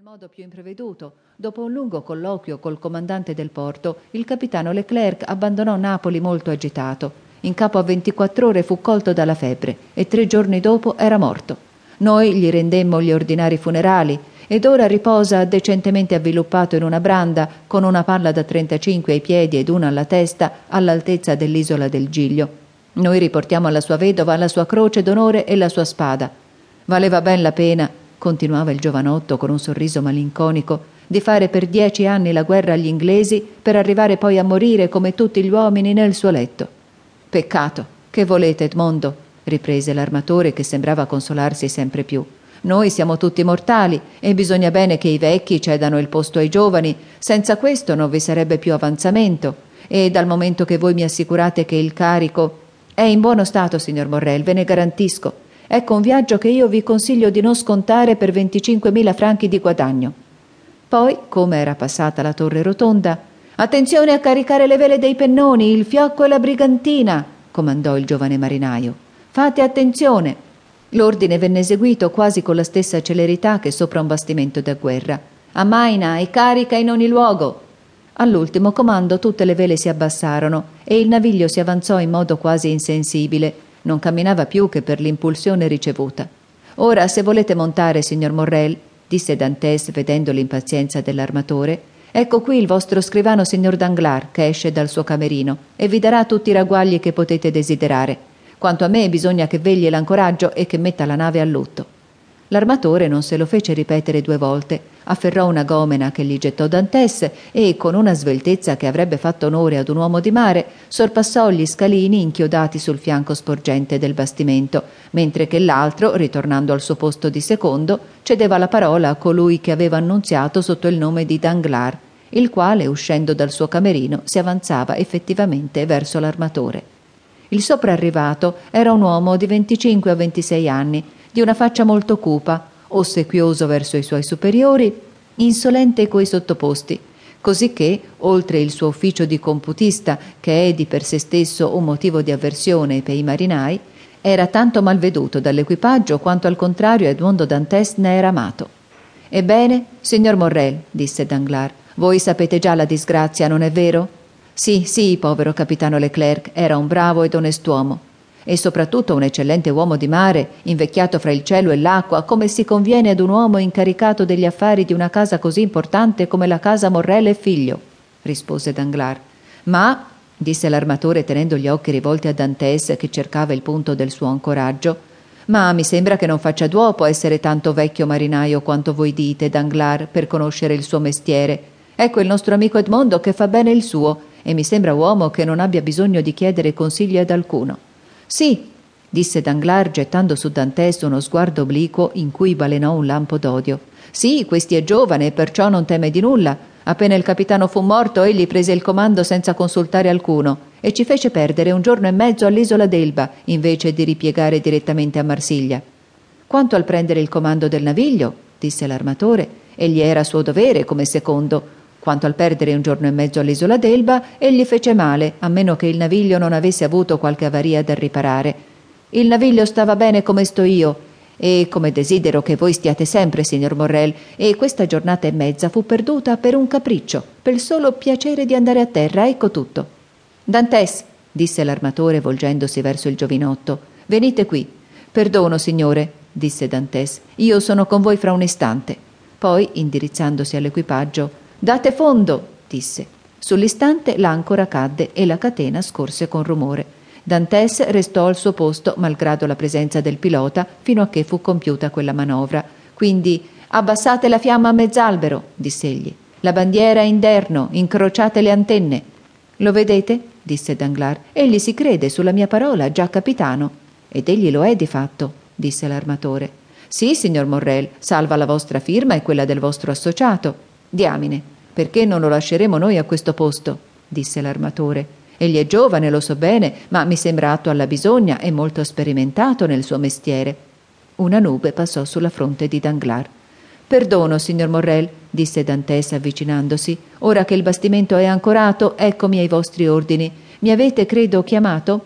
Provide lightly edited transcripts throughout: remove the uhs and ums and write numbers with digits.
modo più impreveduto. Dopo un lungo colloquio col comandante del porto, il capitano Leclerc abbandonò Napoli molto agitato. In capo a 24 ore fu colto dalla febbre e 3 giorni dopo era morto. Noi gli rendemmo gli ordinari funerali ed ora riposa decentemente avviluppato in una branda con una palla da 35 ai piedi ed una alla testa all'altezza dell'isola del Giglio. Noi riportiamo alla sua vedova la sua croce d'onore e la sua spada. Valeva ben la pena, continuava il giovanotto con un sorriso malinconico, di fare per 10 anni la guerra agli inglesi per arrivare poi a morire come tutti gli uomini nel suo letto. Peccato, che volete, Edmondo? Riprese l'armatore, che sembrava consolarsi sempre più. Noi siamo tutti mortali e bisogna bene che i vecchi cedano il posto ai giovani. Senza questo non vi sarebbe più avanzamento. E dal momento che voi mi assicurate che il carico è in buono stato, signor Morrel, ve ne garantisco. Ecco un viaggio che io vi consiglio di non scontare per 25.000 franchi di guadagno. Poi, come era passata la torre rotonda, «Attenzione a caricare le vele dei pennoni, il fiocco e la brigantina», comandò il giovane marinaio. «Fate attenzione!» L'ordine venne eseguito quasi con la stessa celerità che sopra un bastimento da guerra. «Ammaina e carica in ogni luogo!» All'ultimo comando tutte le vele si abbassarono e il naviglio si avanzò in modo quasi insensibile. Non camminava più che per l'impulsione ricevuta. «Ora, se volete montare, signor Morrel», disse Dantès vedendo l'impazienza dell'armatore, «ecco qui il vostro scrivano, signor Danglars, che esce dal suo camerino e vi darà tutti i ragguagli che potete desiderare. Quanto a me bisogna che vegli l'ancoraggio e che metta la nave a lutto». L'armatore non se lo fece ripetere 2 volte, afferrò una gomena che gli gettò Dantès e, con una sveltezza che avrebbe fatto onore ad un uomo di mare, sorpassò gli scalini inchiodati sul fianco sporgente del bastimento, mentre che l'altro, ritornando al suo posto di secondo, cedeva la parola a colui che aveva annunziato sotto il nome di Danglars, il quale, uscendo dal suo camerino, si avanzava effettivamente verso l'armatore. Il soprarrivato era un uomo di 25 o 26 anni, di una faccia molto cupa, ossequioso verso i suoi superiori, insolente coi sottoposti, cosicché, oltre il suo ufficio di computista, che è di per sé stesso un motivo di avversione per i marinai, era tanto malveduto dall'equipaggio quanto al contrario Edmondo Dantès ne era amato. «Ebbene, signor Morrel», disse Danglars, «voi sapete già la disgrazia, non è vero?» «Sì, sì, povero capitano Leclerc, era un bravo ed onest'uomo. E soprattutto un eccellente uomo di mare, invecchiato fra il cielo e l'acqua, come si conviene ad un uomo incaricato degli affari di una casa così importante come la casa Morrel e Figlio», rispose Danglars. «Ma», disse l'armatore tenendo gli occhi rivolti a Dantès che cercava il punto del suo ancoraggio, «ma mi sembra che non faccia duopo essere tanto vecchio marinaio quanto voi dite, Danglars, per conoscere il suo mestiere. Ecco il nostro amico Edmondo che fa bene il suo e mi sembra uomo che non abbia bisogno di chiedere consigli ad alcuno». «Sì», disse Danglars gettando su Dantès uno sguardo obliquo in cui balenò un lampo d'odio. «Sì, questi è giovane e perciò non teme di nulla. Appena il capitano fu morto, egli prese il comando senza consultare alcuno e ci fece perdere 1 giorno e mezzo all'isola d'Elba invece di ripiegare direttamente a Marsiglia. Quanto al prendere il comando del naviglio», disse l'armatore, «egli era suo dovere come secondo. Quanto al perdere 1 giorno e mezzo all'isola d'Elba, egli fece male, a meno che il naviglio non avesse avuto qualche avaria da riparare. Il naviglio stava bene come sto io, e come desidero che voi stiate sempre, signor Morrel, e questa giornata e mezza fu perduta per un capriccio, per il solo piacere di andare a terra, ecco tutto». «Dantès», disse l'armatore volgendosi verso il giovinotto, «venite qui». «Perdono, signore», disse Dantès, «io sono con voi fra un istante». Poi, indirizzandosi all'equipaggio, «Date fondo», disse. Sull'istante l'ancora cadde e la catena scorse con rumore. Dantès restò al suo posto, malgrado la presenza del pilota, fino a che fu compiuta quella manovra. Quindi «Abbassate la fiamma a mezz'albero», diss'egli. «La bandiera in derno, incrociate le antenne». «Lo vedete?» disse Danglars. «Egli si crede sulla mia parola, già capitano». «Ed egli lo è di fatto», disse l'armatore. «Sì, signor Morrel, salva la vostra firma e quella del vostro associato». «Diamine, perché non lo lasceremo noi a questo posto?» disse l'armatore. «Egli è giovane, lo so bene, ma mi sembra atto alla bisogna e molto sperimentato nel suo mestiere». Una nube passò sulla fronte di Danglars. «Perdono, signor Morrel», disse Dantès avvicinandosi. «Ora che il bastimento è ancorato, eccomi ai vostri ordini. Mi avete, credo, chiamato?»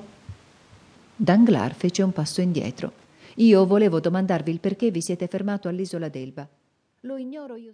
Danglars fece un passo indietro. «Io volevo domandarvi il perché vi siete fermato all'isola d'Elba». «Lo ignoro io